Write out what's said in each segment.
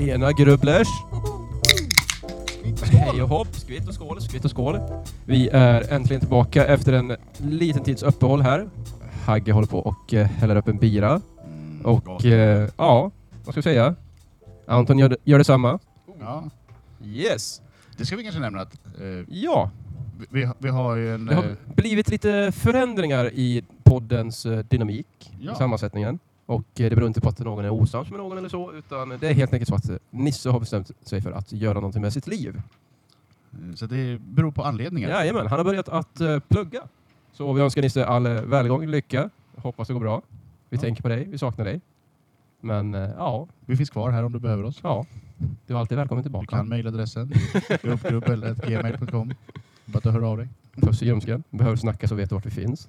Tjena grubblers! Hej och hopp, skvitt och skål, skvitt och skål. Vi är äntligen tillbaka efter en liten tids uppehåll här. Hagge håller på och häller upp en bira. Och ja, vad ska vi säga? Anton gör detsamma. Ja. Yes! Det ska vi kanske nämna att Ja! vi har ju en... Det har blivit lite förändringar i poddens dynamik, Ja. i sammansättningen. Och det beror inte på att någon är osams med någon eller så, utan det är helt enkelt så att Nisse har bestämt sig för att göra någonting med sitt liv. Så det beror på anledningar. Jajamän, han har börjat att plugga. Så vi önskar Nisse all välgång, lycka. Hoppas det går bra. Vi tänker på dig, vi saknar dig. Men ja. Vi finns kvar här om du behöver oss. Ja, du är alltid välkommen Du tillbaka. kan mejladressen gruppgrupp@gmail.com. Bara att du hör av dig. Puss i ljumsken. Behöver snacka så vet du vart vi finns.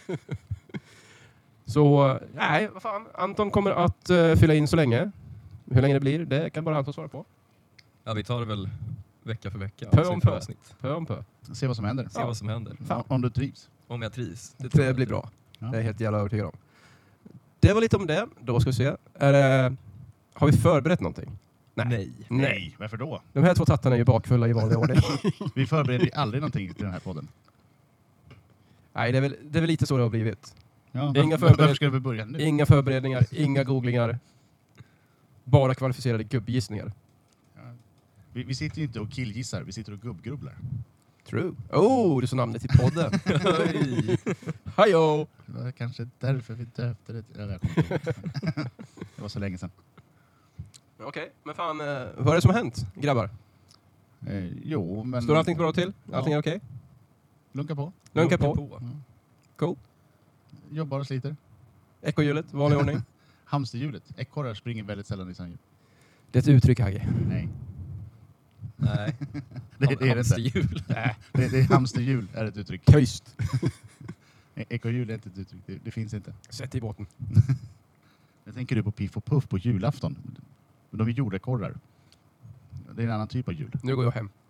Så, nej, vad fan. Anton kommer att fylla in så länge. Hur länge det blir, det kan bara Anton svara på. Ja, vi tar det väl vecka för vecka. Pö om pö. Avsnitt. Pö om pö. Se vad som händer. Se vad som händer. Om du trivs. Om jag trivs. Det blir bra. Ja. Det är jag helt jävla övertygad om. Det var lite om det. Då ska vi se. Har vi förberett någonting? Nej. Varför då? De här två tattarna är ju bakfulla i vanlig ordning. Vi förbereder ju aldrig någonting till den här podden. Nej, det är väl lite så det har blivit. Ja, Inga varför ska vi börja nu? Inga förberedningar, inga googlingar. Bara kvalificerade gubbgissningar. Ja. Vi sitter ju inte och killgissar, vi sitter och gubbgrubblar. True. Oh, det är så namnet till podden. Hallå! Det var kanske därför vi döpte det. Jag kommer inte ihåg. Det var så länge sedan. Okej, men fan, vad är det som har hänt, grabbar? Jo, men... Står allting bra till? Allting är okej? Lunka på. Lunka på. Cool. Jobbar och sliter. Ekorrhjulet, vanlig ordning. Hamsterhjulet. Ekorrar springer väldigt sällan i samhjul. Det är ett uttryck, Hagge. Nej. Nej. Det är det inte. Hamsterhjul. Det är hamsterhjul är ett uttryck. Tyst. Ekorrhjul är inte ett uttryck. Det finns inte. Sätt i båten. Jag tänker du på Piff och Puff på julafton. De är jordekorrar. Det är en annan typ av jul. Nu går jag hem.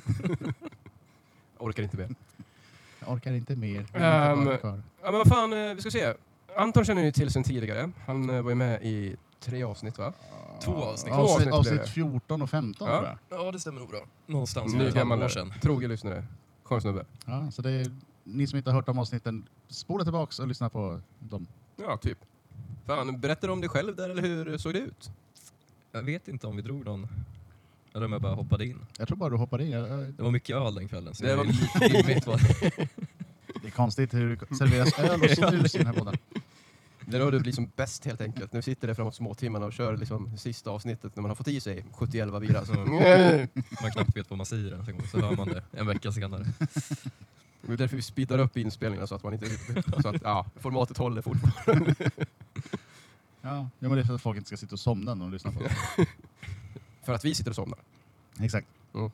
Jag orkar inte mer. Jag orkar inte mer. Ja, men vad fan, vi ska se. Anton känner ju till sen tidigare. Han var ju med i 3 avsnitt, va? 2 avsnitt. Avsnitt 14 och 15 tror jag. Ja, det stämmer nog bra. Någonstans Ny för ett gammal halvår sedan. trogen lyssnare. Skön snubbe. Ja, så det är ni som inte har hört om avsnitten, spola tillbaks och lyssna på dem. Ja, typ. Fan, berättar du om dig själv där, eller hur såg det ut? Jag vet inte om vi drog någon. Eller om jag bara hoppade in. Jag tror bara du hoppade in. Det var mycket öl den kvällen. Så Det jag var- vet vad. Det är konstigt hur det serveras öl och snus i den här podden. Det är då du blir som bäst helt enkelt. När vi sitter där framåt småtimmarna och kör liksom sista avsnittet när man har fått i sig 70-11 bira. Så. Man knappt vet vad man säger ens en gång. Så hör man det en vecka senare. Det är därför vi speedar upp inspelningarna så att man inte... Så att, ja, formatet håller fortfarande. Ja, men det är för att folk inte ska sitta och somna när de lyssnar på det. För att vi sitter och somnar. Exakt.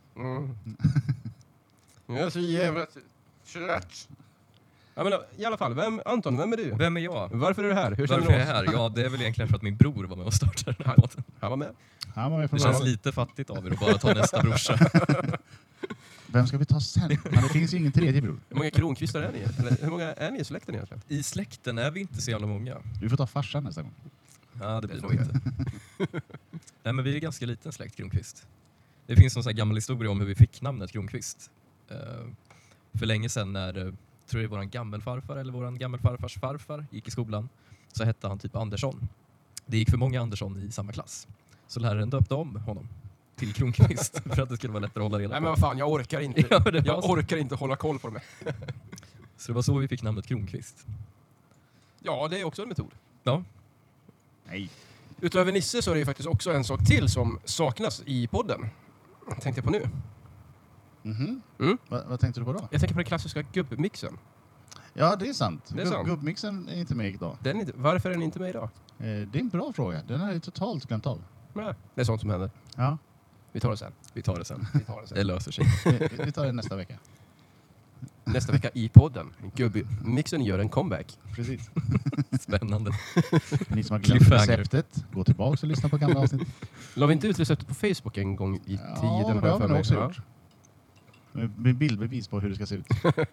Jag är så jävla trött. Ja, men i alla fall, Anton, vem är du? Vem är jag? Varför är du här? Hur känner Varför du är jag oss? här? Ja, det är väl egentligen för att min bror var med och startade den här podden. Han var med. Han var med från Det känns början. lite fattigt av er att bara ta nästa brorsa. Vem ska vi ta sen? Men det finns ju ingen tredje brro. Hur många kronkvistar är ni? Eller, hur många är ni i släkten egentligen? I släkten är vi inte så jävla många. Du får ta farsan nästa gång. Ja, det blir Det nog får inte. Nej, men vi är ganska liten släkt Kronqvist. Det finns en sån här gammal historia om hur vi fick namnet Kronqvist. För länge sedan när, tror jag våran gammelfarfar eller våran gammelfarfars farfar gick i skolan, så hette han typ Andersson. Det gick för många Andersson i samma klass. Så läraren döpte om honom till Kronqvist för att det skulle vara lättare att hålla reda Nej på. men vad fan, jag orkar inte. Ja, det var Jag så. orkar inte hålla koll på det. Så det var så vi fick namnet Kronqvist. Ja, det är också en metod. Ja, Nej. Utöver Nisse så är det ju faktiskt också en sak till som saknas i podden. Tänkte jag på nu. Mhm. Mm. Vad tänkte du på då? Jag tänker på den klassiska gubbmixen. Ja, det är sant. Det är sant. Gubbmixen är inte med idag. Varför är den inte med idag? Det är en bra fråga. Den har jag totalt glömt av. Nej, det är sånt som händer. Ja, Vi tar det sen. vi tar det sen. Vi tar det sen. Det löser sig. vi tar det nästa vecka. Nästa vecka i podden. Gubbmixen gör en comeback. Precis. Spännande. Ni som har glömt Cliffhanger. receptet, gå tillbaka och lyssna på gamla avsnitt. La vi inte ut receptet på Facebook en gång i tiden? Ja, det har vi nog också gjort. Ja. Med bildbevis på hur det ska se ut.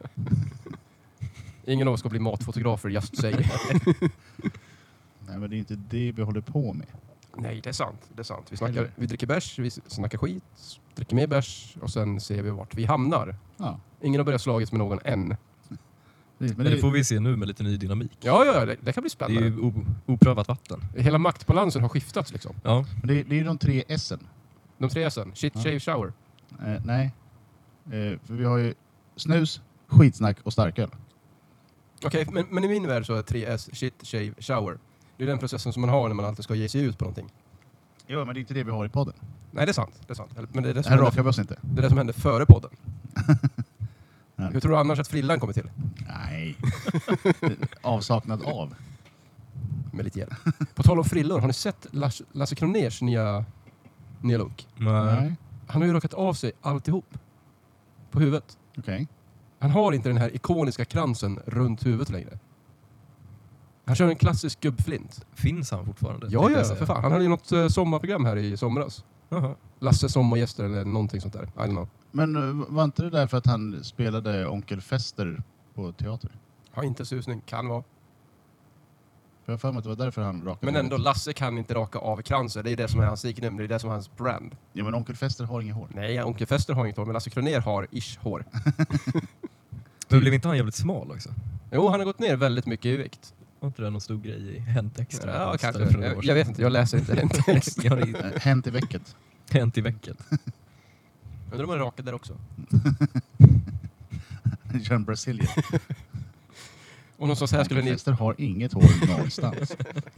Ingen av oss ska bli matfotografer, just säger. Nej, men det är inte det vi håller på med. Nej, det är sant. Det är sant. Vi dricker bärs, vi snackar skit, dricker mer bärs och sen ser vi vart vi hamnar. Ja. Ingen har börjat slagits med någon än. Men Men det får vi se nu med lite ny dynamik. Ja, det kan bli Det är spännande. ju oprövat vatten. Hela maktbalansen har skiftats liksom. Ja, men det är ju de 3 S:en. De 3 S:en. Shit, Ja. shave, shower. Nej. För vi har ju snus, skitsnack och starköl. Okej, men i min värld så är 3S shit, shave, shower. Det är den processen som man har när man alltid ska ge sig ut på någonting. Jo, men det är inte det vi har i podden. Nej, det är sant. Men det är det som, Här händer, rakar vi oss inte. det är det som händer före podden. Ja. Hur tror du annars att frillan kommer till? Nej. Avsaknad av. Med lite hjälp. På tal om frillor, har ni sett Lasse Kroners nya look? Nej. Han har ju rakat av sig alltihop. På huvudet. Okej. Han har inte den här ikoniska kransen runt huvudet längre. Han kör en klassisk gubbflint. finns han fortfarande? Ja, tänkte jag säga. för fan. Han hade ju något sommarprogram här i somras. Jaha. Lasse sommargäster eller någonting sånt där. I don't know. Men var inte det därför att han spelade Onkel Fester på teater? Har inte susning. Kan vara. För jag har för mig att det var därför han rakade Men ändå, huvudet. Lasse kan inte raka av kransen. Det är det som är hans signum. Det är det som är hans brand. Ja, men Onkel Fester har inget hår. Nej, Onkel Fester har inget hår. Men Lasse Kronér har ish hår. Men blev inte han jävligt smal också? Jo, han har gått ner väldigt mycket i vikt. Var inte det någon stor grej i Hänt Extra? Ja, Just kanske. det, för några år Jag vet inte. Jag läser inte Hänt Extra. sedan. Ja, det är Hänt i vecket. Hänt i veckan. Undrar om han är rakad där också. Kör en Brazilian. Och någonstans här skulle Onkel ni... Fester har inget hår någonstans.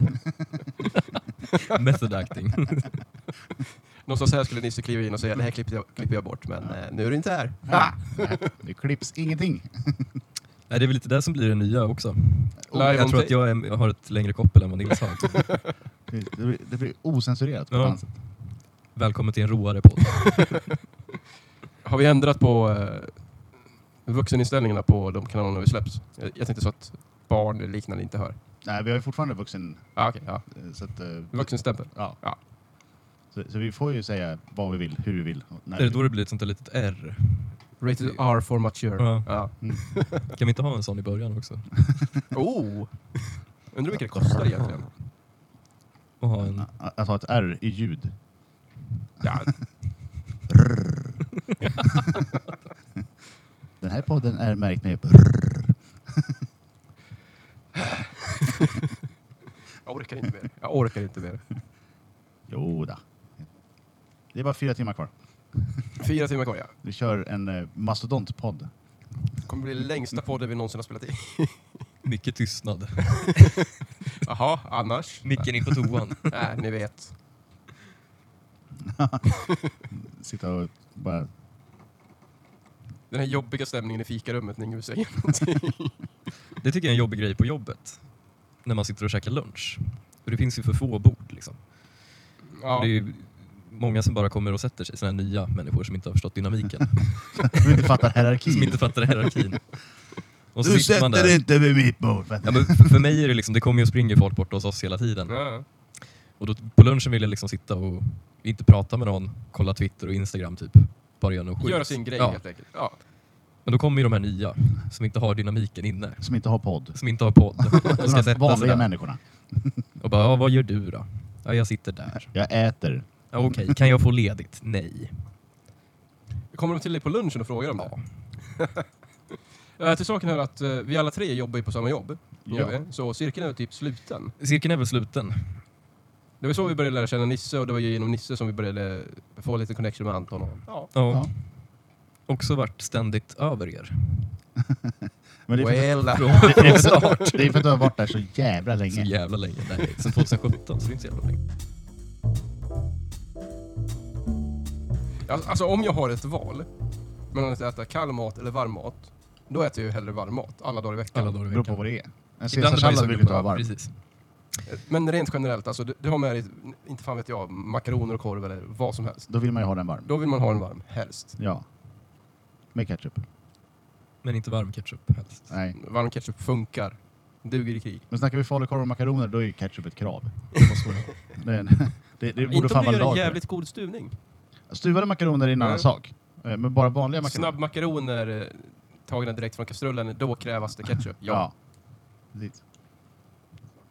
Method acting. Någonstans här skulle Nisse kliva in och säga det här klipper jag bort. Men nu är det inte här. Nej, det klipps ingenting. Nej, det är väl lite det som blir det nya också. Live Jag on tror att tape. jag har ett längre koppel än vad Nils har. Det blir osensurerat på Ja. danset. Välkommen till en roare podd. Har vi ändrat på vuxeninställningarna på de kanalerna vi släpps? Jag tänkte så att barn eller liknande inte hör. Nej, vi har ju fortfarande vuxen... Okej, ja. Så att, Vuxenstämpel. ja. Ja. Så vi får ju säga vad vi vill, hur vi vill. och när Är det vi då det blir ett sånt där litet R? Rated R for mature. Ja. Ja. Kan vi inte ha en sån i början också? Oh! Undrar hur mycket det kostar egentligen. Och ha en... Att ha ett R i ljud. Ja, Den här podden är märkt med... jag orkar inte mer. Jo då. Det är bara 4 timmar kvar. 4 timmar kvar, ja. Vi kör en mastodontpodd. Det kommer bli längsta podden vi någonsin har spelat in. Mycket tystnad. Jaha, annars? Micken in på toan. Nej, ni vet. Sitta och bara... Den här jobbiga stämningen i fikarummet när ingen vill säga någonting. Det tycker jag är en jobbig grej på jobbet. När man sitter och käkar lunch. För det finns ju för få bord liksom. Ja. Det är ju många som bara kommer och sätter sig. Sådana här nya människor som inte har förstått dynamiken. Du inte fattar hierarkin. Som inte fattar hierarkin. Och så Du sitter man sätter där. inte vid mitt bord. Ja, men för mig är det liksom, det kommer ju och springer folk bort hos oss hela tiden. Ja. Och då, på lunchen vill jag liksom sitta och inte prata med någon, kolla Twitter och Instagram typ. Bara göra något skit. Göra sin grej Ja. helt enkelt. Ja. Men då kommer ju de här nya som inte har dynamiken inne. Som inte har podd. Som inte har podd. Och De ska sätta sig vanliga där. människorna. Och bara, ja, vad gör du då? Ja, jag sitter där. Jag äter. Ja, okej, kan jag få ledigt? Nej. Kommer de till dig på lunchen och frågar om det? Till saken är att vi alla 3 jobbar ju på samma jobb. Ja. Så cirkeln är typ sluten. Cirkeln är väl sluten. Det var så vi började lära känna Nisse och det var ju genom Nisse som vi började få lite connection med Anton. Ja. Ja. Ja. Också varit ständigt över er. Men det är för, Från start. det är för att du har varit där så jävla Så länge. jävla länge. Nej, sen 2017, så det är inte så jävla länge. Alltså om jag har ett val mellan att äta kall mat eller varm mat, då äter jag ju hellre varm mat alla dagar i veckan. Alla dagar i Det beror veckan. på vad det är. En Ibland är man ju caesarsallad sugen vill du inte på- ha varm. Precis. Men rent generellt, alltså du har med dig, inte fan vet jag, makaroner och korv eller vad som helst. Då vill man ju ha den varm. Då vill man ha en varm, helst. Ja. Med ketchup. Men inte varm ketchup helst. Nej. Varm ketchup funkar. Duger i krig. Men snackar vi falukorv och makaroner, då är ju ketchup ett krav. Det måste vara. Det borde Inte fan om vara du gör lag en för. jävligt god stuvning. Stuvade makaroner är en annan Nej. sak. Men bara vanliga makaroner. Snabbmakaroner tagna direkt från kastrullen, då krävas det ketchup. Ja. Precis.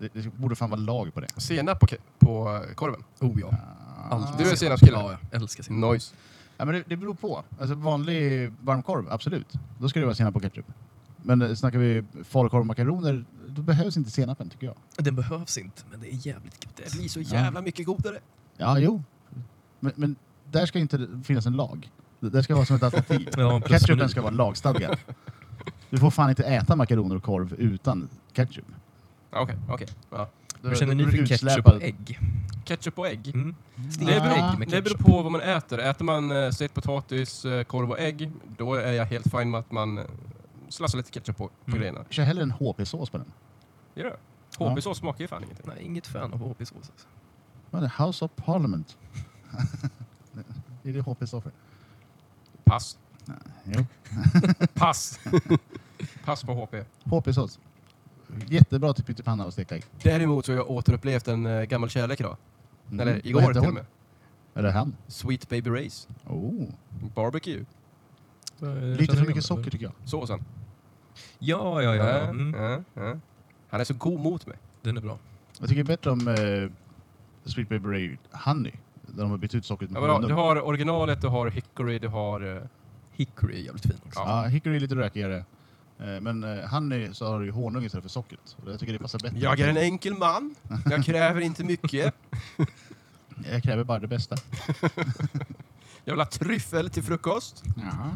Det borde fan vara lag på det. Senap på korven. Oh ja. Du är senapskille. Ja, jag älskar senap. Nice. Ja, men det beror på. Alltså vanlig varmkorv, absolut. Då ska det vara senap på ketchup. Men snackar vi falukorv och makaroner, då behövs inte senapen tycker jag. Den behövs inte, men det är jävligt gott. Det blir så jävla mycket godare. Ja, jo. Men där ska inte finnas en lag. Det ska vara som ett alternativ. Ja, Ketchupen ska vara lagstadgad. Du får fan inte äta makaroner och korv utan ketchup. Okej. Ja. Hur känner ni Då är för du ketchup utsläpad. och ägg? Ketchup och ägg. Mm. Det Stekt beror, ägg med det beror ketchup. på vad man äter. Äter man stekt potatis, korv och ägg, då är jag helt fine med att man slassar lite ketchup på grejerna. Kör hellre en HP-sås på den. Gör det? HP-sås smakar ju fan ingenting. Nej, inget fan av HP-sås. Alltså. Vad är det? House of Parliament. Är det HP står för? Pass. Jo. Pass. Pass på HP. HP-sås. Jättebra till pyttipanna och stekt ägg. Däremot så har jag återupplevt en gammal kärlek idag. Eller Vad igår hette till och hon? med. Är det han? Sweet Baby Race. Oh. Barbecue. Lite för mycket socker tycker jag. Såsen. Ja. Mm. Ja. Han är så god mot mig. Den är bra. Jag tycker bättre om Sweet Baby Ray Honey. Där de har bytt ut sockret med Ja, honung. du har originalet, du har Hickory, du har... Hickory är jävligt fin också. Ja, Hickory är lite rökigare. Men Honey så har du ju honung istället för sockret. Och jag tycker det passar bättre. Jag är en enkel man. Jag kräver inte mycket. Jag kräver bara det bästa. Jag vill ha tryffel till frukost. Jaha.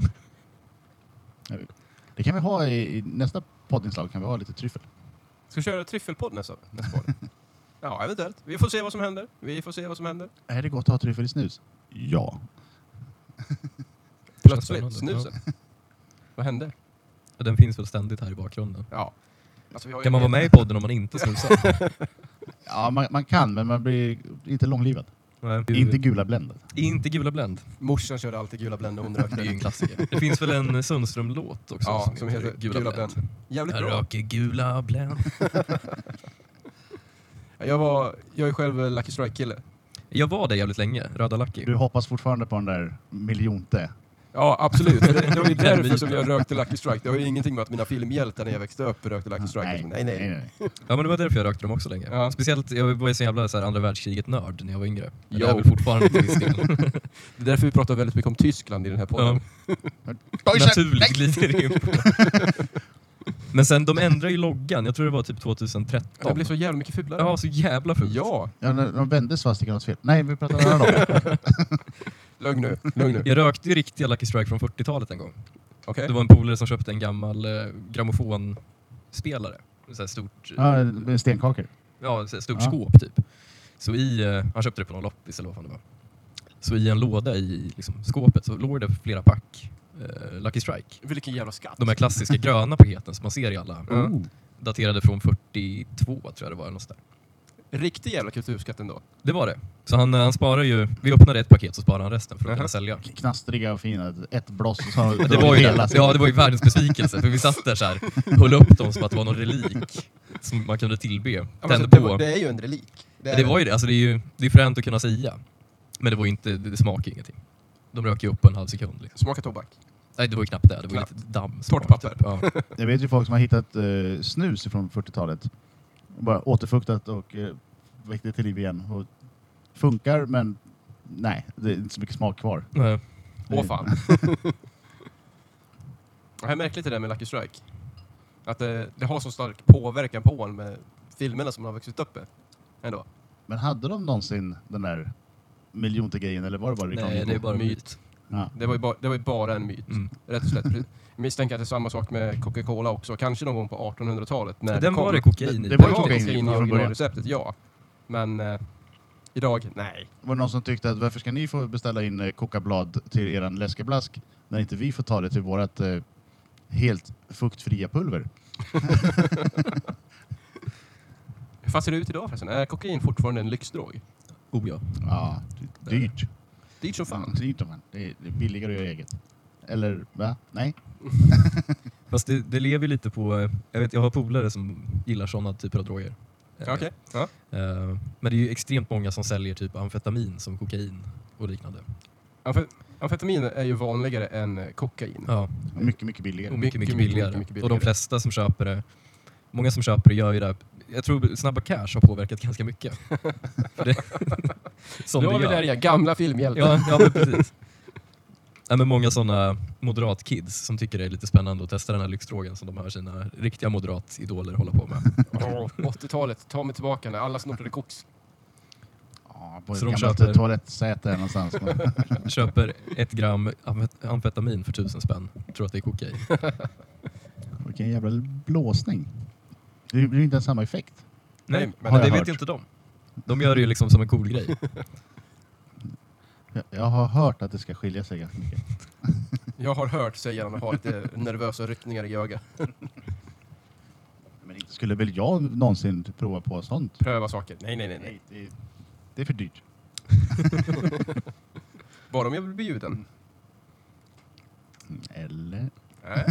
Det kan vi ha i nästa poddinslag. Kan vi ha lite tryffel. Ska vi köra tryffelpodd nästa podd? Ja, eventuellt. Vi får se vad som händer. Är det gott att ha tryffel i snus? Ja. Plötsligt, snusen. Vad hände? Ja, den finns väl ständigt här i bakgrunden. Ja. Alltså, vi har ju Kan man vara med i podden om man inte snusar? Ja, man kan, men man blir inte långlivad. Nej. Inte gula bländad. Inte Gula Bländ. Morsan körde alltid gula Blend och hon rökte. Det är ju en klassiker. Det finns väl en Sundström-låt också Ja, som heter Gula Blend. Jävligt Jag bra. röker Gula Bländ. Jag är själv Lucky Strike-kille. Jag var det jävligt länge, Röda Lucky. Du hoppas fortfarande på den där miljonte. Ja, absolut. Det var ju därför som jag rökte Lucky Strike. Det har ju ingenting med att mina filmhjältar när jag växte upp rökte Lucky Strike. Nej. Ja, men det var därför jag rökte dem också länge. Ja. Speciellt, jag var ju så jävla så här, andra världskriget-nörd när jag var yngre. Men Jo. det är väl fortfarande till viss del. Det är därför vi pratar väldigt mycket om Tyskland i den här podden. Naturligt glider det in på. Men sen, de ändrade ju loggan. Jag tror det var typ 2013. Det blir så jävla mycket fulare. Ja, så jävla fult. Ja. Ja, när de vände svastikan åt fel. Nej, vi pratar om dem. Lugn nu. Jag rökte ju riktiga Lucky Strike från 40-talet en gång. Okej. Det var en polare som köpte en gammal grammofonspelare. Så här stort, Ja, med stenkakor. ja, så här stort Ja. skåp typ. Så han köpte det på någon loppis eller vad fan det var. Så i en låda i liksom, skåpet så låg det flera pack Lucky Strike. Vilken jävla skatt. De här klassiska gröna paketen som man ser i alla. Ja. Daterade från 42 tror jag det var. Någonstans där. Riktig jävla kulturskatt ändå. Det var det. Så han sparar ju, vi öppnade ett paket så sparade han resten för att kunna sälja. Knastriga och fina. Ett bloss och så har Det var ju hela. ja, det var ju världens besvikelse. För vi satt där så här, höll upp dem som att det var någon relik som man kunde tillbe. Ja, Tände men på. det är ju en relik. Det var ju det. Alltså det är fränt att kunna säga. Men det var inte, det smakar ingenting. De rök ju upp på en halv sekund. Liksom. Smaka tobak. Nej, det var ju knappt det. Det var ju lite damm. Torrt papper. Ja. Jag vet ju folk som har hittat snus från 40-talet. Bara återfuktat och väckt det till liv igen. Och funkar, men nej, det är inte så mycket smak kvar. Nej. Åh fan. Det är märkligt det där med Lucky Strike. Att det har så stark påverkan på en med filmerna som har vuxit upp med. Ändå. Men hade de någonsin den där miljonte grejen eller var det bara reklam? Nej, det är bara Myt. myt. Ja. Det var ju bara en myt. Mm. Rätt och slätt. Jag misstänker att det är samma sak med Coca-Cola också. Kanske någon gång på 1800-talet. När Den kom. var det kokain i. Det var Det var kokain kokain i från början. originalreceptet, ja. Men idag, nej. Var det någon som tyckte att varför ska ni få beställa in kokablad till eran läskeblask när inte vi får ta det till vårat helt fuktfria pulver? Hur fan ser det ut idag förresten? Är kokain fortfarande en lyxdrog? Oh ja. Ja, dyrt. Dyrt som fan. Dyrt som fan. Det är billigare att göra eget. Eller, va? Nej. Fast det lever lite på... Jag har polare som gillar sådana typer av droger. Okej. Ja. Men det är ju extremt många som säljer typ amfetamin som kokain och liknande. Amfetamin är ju vanligare än kokain. Ja, Mycket, mycket billigare. och mycket Mycket billigare. billigare. Och de flesta som köper det... Många som köper det gör ju det jag tror Snabba Cash har påverkat ganska mycket. Som Då har vi där igen, gamla filmhjältar. Ja, men precis. Ja, men många sådana moderat-kids som tycker det är lite spännande att testa den här lyxdrogen som de hör sina riktiga moderat-idoler hålla på med. 80-talet, ta mig tillbaka när alla snortade koks. Ja, på ett Så de gammalt köper- toalettsäte någonstans. Köper 1 gram amfetamin för 1000 spänn. Tror att det är kokain. Vilken jävla blåsning. Det blir inte ens samma effekt. Nej, men har det jag vet hört. ju inte de. De gör det ju liksom som en cool grej. Jag har hört att det ska skilja sig ganska mycket. Jag har hört, säger han och har lite nervösa ryckningar i ögat. Men inte skulle väl jag någonsin prova på sånt? Pröva saker. Nej. Nej, det är för dyrt. Bara om jag blir bjuden. Eller? Nej.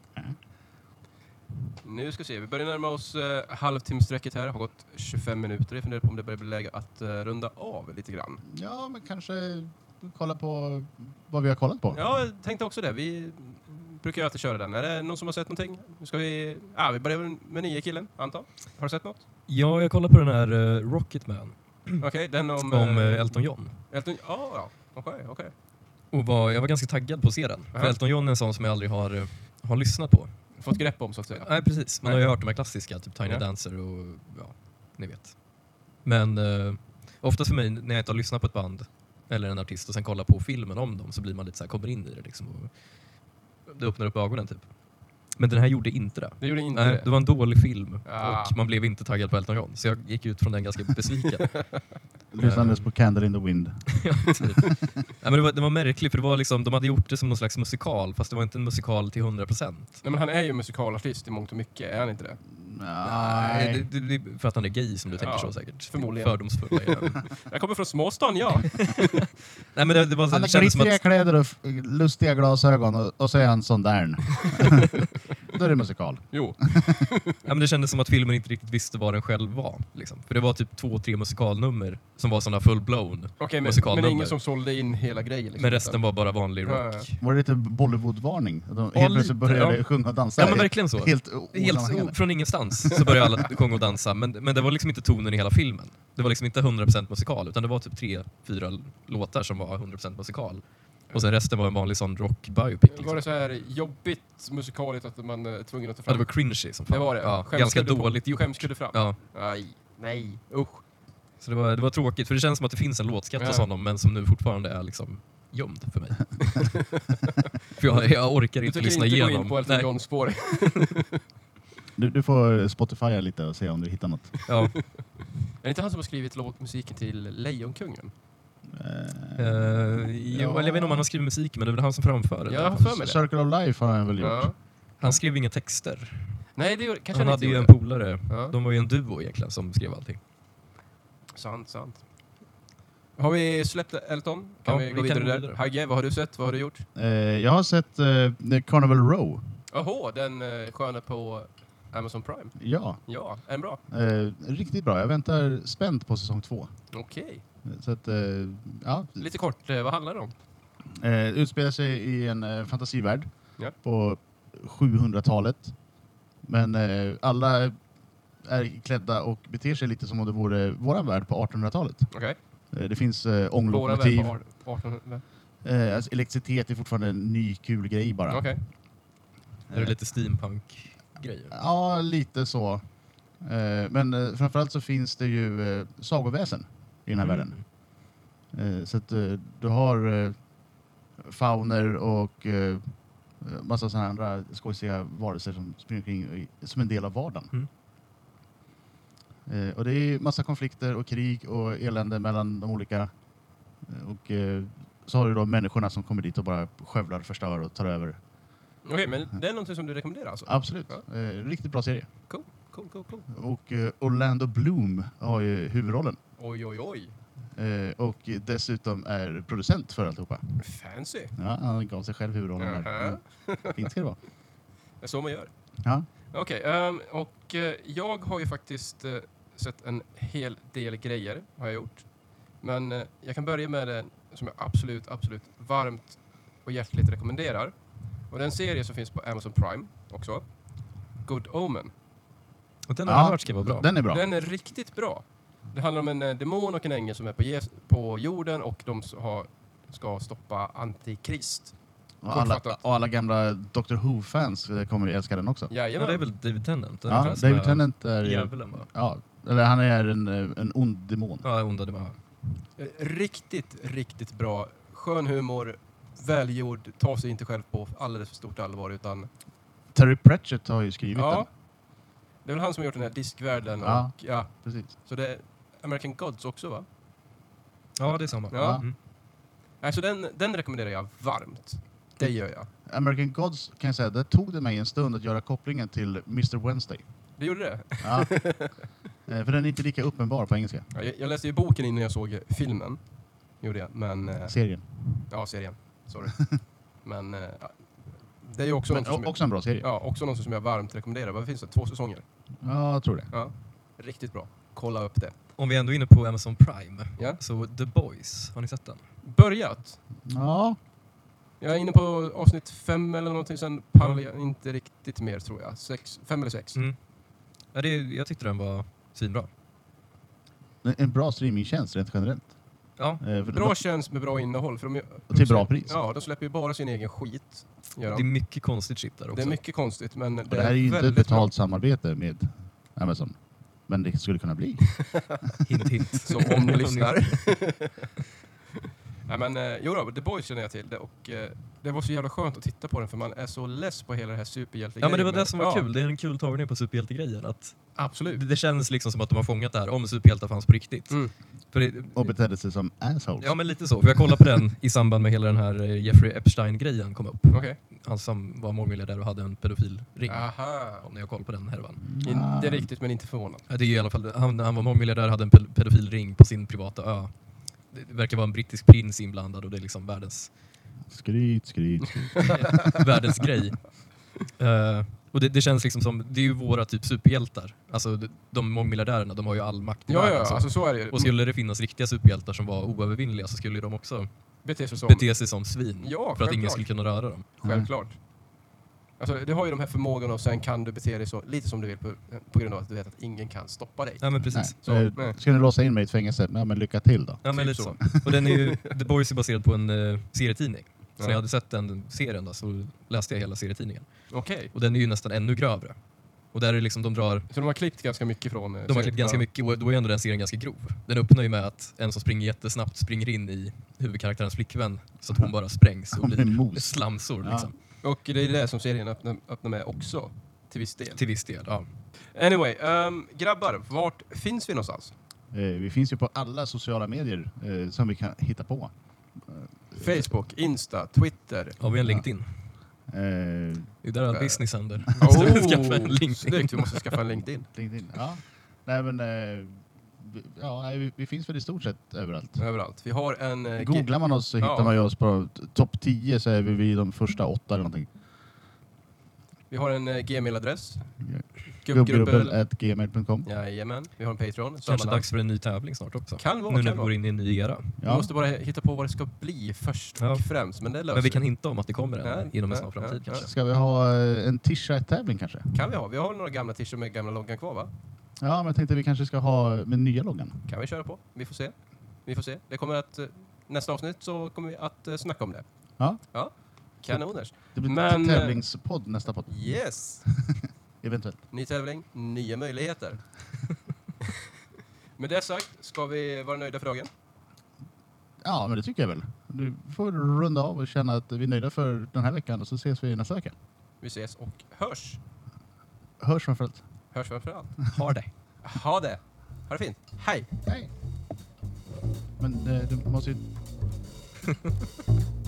Nu ska vi se, vi börjar närma oss halvtimsträcket här. Det har gått 25 minuter. Jag funderar på om det börjar bli läge att runda av lite grann. Ja, men kanske kolla på vad vi har kollat på. Ja, jag tänkte också det. Vi brukar ju alltid köra den. Är det någon som har sett någonting? Nu ska vi... vi börjar med 9 killen, Anton. Har du sett något? Ja, jag kollar på den här Rocketman Okej, den om... om Elton John. Elton... Ja. Okej. Och jag var ganska taggad på att se den. För Aha. Elton John är en sån som jag aldrig har lyssnat på. Fått grepp om, så att säga. Nej, precis. Man Nej. har ju hört de här klassiska, typ Tiny Ja. Dancer och ja, ni vet. Men ofta för mig, när jag inte har lyssnat på ett band eller en artist och sen kollar på filmen om dem, så blir man lite så här, kommer in i det liksom. Och det öppnar upp ögonen typ. Men den här gjorde inte det. Det gjorde inte Nej, det. det var en dålig film Ah. och man blev inte taggad på Elton John. Så jag gick ut från den ganska besviken. Lyssnades på Candle in the Wind. Ja, typ. Ja, men det var märkligt, för det var liksom, de hade gjort det som någon slags musikal, fast det var inte en musikal till 100%. Nej, men han är ju musikalartist i mångt och mycket. Är han inte det? Nej. Det är för att han är gay som du tänker Ja, så säkert. förmodligen. Fördomsfulla. Ja. Jag kommer från småstan, ja. Nej, men det var så, Han det har kändes som glittriga att kläder och lustiga glasögon och så är han sån där. Då är det musikal. Jo. ja, men det kändes som att filmen inte riktigt visste vad den själv var. Liksom. För det var typ 2-3 musikalnummer som var sådana full-blown. Okej, men Musikalnummer. ingen som sålde in hela grejen. Liksom, Men resten var bara vanlig rock. Var det lite Bollywood-varning? De Ja, helt plötsligt lite, började ja. sjunga och dansa. Ja, men verkligen så. Helt Från ingenstans så började alla sjunga och dansa. Men det var liksom inte tonen i hela filmen. Det var liksom inte 100% musikal, utan det var typ 3-4 låtar som var 100% musikal. Och sen resten var en vanlig sån rock-biopic. Liksom. Var det så här jobbigt musikaligt att man är tvungen att ta Ja, fram? det var cringy som fan. Det var det. Ja, Skämskudde ganska på. dåligt gjort. Skämskudde fram. Ja. Nej, usch. Så det var tråkigt, för det känns som att det finns en låtskatt hos honom, men som nu fortfarande är liksom gömd för mig. För jag orkar inte lyssna Du tycker inte gå igenom. in på Elton John spår. Du får Spotify lite och se om du hittar något. Ja. Är det inte han som har skrivit musiken till Lejonkungen? Jag vet inte om han har skrivit musik, men det är väl han som framför det. Jag har för mig det. Circle of Life har han väl gjort. Ja. Han skrev inga texter. Nej, det kanske Han han hade inte ju en gjorde. polare. Ja. De var ju en duo egentligen som skrev allting. Sant. Har vi släppt Elton? Kan Ja, vi gå vidare där? Hagge, vad har du sett? Vad har du gjort? Jag har sett Carnival Row. Jaha, den sköna på Amazon Prime. Ja, Ja, är den bra? riktigt bra. Jag väntar spänt på säsong 2. Okej. Så att, ja. Lite kort, vad handlar det om? Utspelar sig i en fantasivärld Ja. på 700-talet. Men alla är klädda och beter sig lite som om det vore våran värld på 1800-talet. Okej. Det finns Våra ånglokomotiv. värld på 18... Alltså, elektricitet är fortfarande en ny kul grej bara. Okej. Är det lite steampunk-grejer? Ja, lite så. Men framförallt så finns det ju sagoväsen i den här världen. Så att du har fauner och massa sådana andra skojsiga varelser som springer omkring som en del av vardagen. Och det är massa konflikter och krig och elände mellan de olika. Och så har du då människorna som kommer dit och bara skövlar, förstör och tar över. Okej, men det är någonting som du rekommenderar alltså? Absolut. Ja. Riktigt bra serie. Cool. Och Orlando Bloom har ju huvudrollen. Oj. Och dessutom är producent för alltihopa. Fancy. Ja, han gav sig själv huvudrollen där. Fint ska det vara. Det är så man gör. Ja. Okej, och jag har ju faktiskt sett en hel del grejer, har jag gjort. Men jag kan börja med det som jag absolut varmt och hjärtligt rekommenderar. Och det är en serie som finns på Amazon Prime också. Good Omen. Och den har jag hört ska vara bra. Den är bra. Den är riktigt bra. Det handlar om en demon och en ängel som är på jorden och de ska stoppa Antikrist. Och alla gamla Doctor Who-fans kommer att älska den också. Ja, det är väl David Tennant. Ja, David Tennant är djävulen, va? Ja, eller han är en ond demon. Ja, onda demon. Riktigt, riktigt bra. Skön humor, välgjord, tar sig inte själv på alldeles för stort allvar utan... Terry Pratchett har ju skrivit den. Det är väl han som har gjort den här Diskvärlden. Ja, och, ja. Precis. Så det är American Gods också, va? Ja, det är samma. Ja. Mm. Alltså den rekommenderar jag varmt. Det gör jag. American Gods kan jag säga, det tog det mig en stund att göra kopplingen till Mr. Wednesday. Det gjorde det? Ja. För den är inte lika uppenbar på engelska. Ja, jag läste ju boken innan jag såg filmen. Gjorde jag, men... Serien. Ja, serien. Sorry. Men det är ju också... Också en bra serie. Ja, också något som jag varmt rekommenderar. Vad finns det? 2 säsonger? Ja, jag tror det. Ja, riktigt bra. Kolla upp det. Om vi ändå är inne på Amazon Prime, Ja. så The Boys, har ni sett den? Börjat. Ja. Jag är inne på avsnitt 5 eller någonting, sen pallar jag inte riktigt mer tror jag. 5 eller 6. Mm. Ja, jag tyckte den var svinbra. En bra streamingtjänst rent generellt. Ja. Bra tjänst med bra innehåll. För till bra pris. Ja, de släpper ju bara sin egen skit. Det är mycket konstigt shit där också. Det är mycket konstigt, men det här är ju inte ett betalt samarbete med Amazon. Men det skulle kunna bli. Hint, hint. Så om ni lyssnar. Nej, men jo då, The Boys känner jag till det och det var så jävla skönt att titta på den för man är så less på hela det här superhjältegrejen. Ja, men det var det som var kul. Det är en kul tagning på superhjältegrejen. Att absolut. Det känns liksom som att de har fångat det här om superhjältar fanns på riktigt. Mm. Och betedde sig som assholes. Ja, men lite så. För jag kollade på den i samband med hela den här Jeffrey Epstein-grejen kom upp. Okay. Han som var mångmiljardär och hade en pedofilring. Aha. Om jag kollar på den härvan. Inte riktigt, men inte förvånad. Ja, det är ju i alla fall, han var mångmiljardär, hade en pedofilring på sin privata ö. Det verkar vara en brittisk prins inblandad och det är liksom världens... Skryt. världens grej. Och det känns liksom som, det är ju våra typ superhjältar. Alltså de mångmiljardärerna, de har ju all makt i världen. Ja, alltså så är det ju. Och skulle det finnas riktiga superhjältar som var oövervinnliga så skulle de också bete sig som svin. Ja, för att ingen skulle kunna röra dem. Självklart. Alltså, du har ju de här förmågorna och sen kan du bete dig så lite som du vill på grund av att du vet att ingen kan stoppa dig. Ja, men precis. Ska ni låsa in mig i ett fängelse? Ja, men lycka till då. Ja, men typ lite så. Och den är ju, The Boys är baserad på en serietidning. Så när jag hade sett den serien då, så läste jag hela serietidningen. Okej. Och den är ju nästan ännu grövre. Och där är det liksom, de har klippt ganska mycket från... De har klippt ganska mycket och då är ändå den serien ganska grov. Den öppnar ju med att en som springer jättesnabbt springer in i huvudkaraktärens flickvän så att hon bara sprängs och blir slamsor liksom. Och det är det som serien öppnar med också, till viss del. Till viss del, ja. Anyway, grabbar, vart finns vi någonstans? Vi finns ju på alla sociala medier som vi kan hitta på. Facebook, Insta, Twitter. Har vi en LinkedIn? Det är där all business händer. Skaffa en LinkedIn. Snyggt, vi måste skaffa en LinkedIn. Ja. Nej, men vi finns väl i stort sett överallt. Överallt. Vi har en... Googlar man oss så hittar man ju oss på topp 10 så är vi de första 8 eller någonting. Vi har en gmail-adress. Gubbgrubbel@gmail.com. Jajamän. Vi har en Patreon. Kanske dags för en ny tävling snart också. Kan vara. Nu när vi går in i en ny era. Vi måste bara hitta på vad det ska bli först och främst. Men det löser. Men vi kan hinta om att det kommer en inom en snar framtid kanske. Ska vi ha en t-shirt-tävling kanske? Kan vi ha. Vi har några gamla t-shirts med gamla loggan kvar, va? Ja, men jag tänkte vi kanske ska ha med nya loggan. Kan vi köra på. Vi får se. Det kommer att... nästa avsnitt så kommer vi att snacka om det. Ja. Kanoners. Det blir tävlingspodd nästa podd. Yes! Eventuellt. Ny tävling, nya möjligheter. Med det sagt, ska vi vara nöjda för dagen? Ja, men det tycker jag väl. Du får runda av och känna att vi är nöjda för den här veckan och så ses vi nästa vecka. Vi ses och hörs. Hörs framförallt. Ha det. Ha det fint. Hej. Men du måste ju...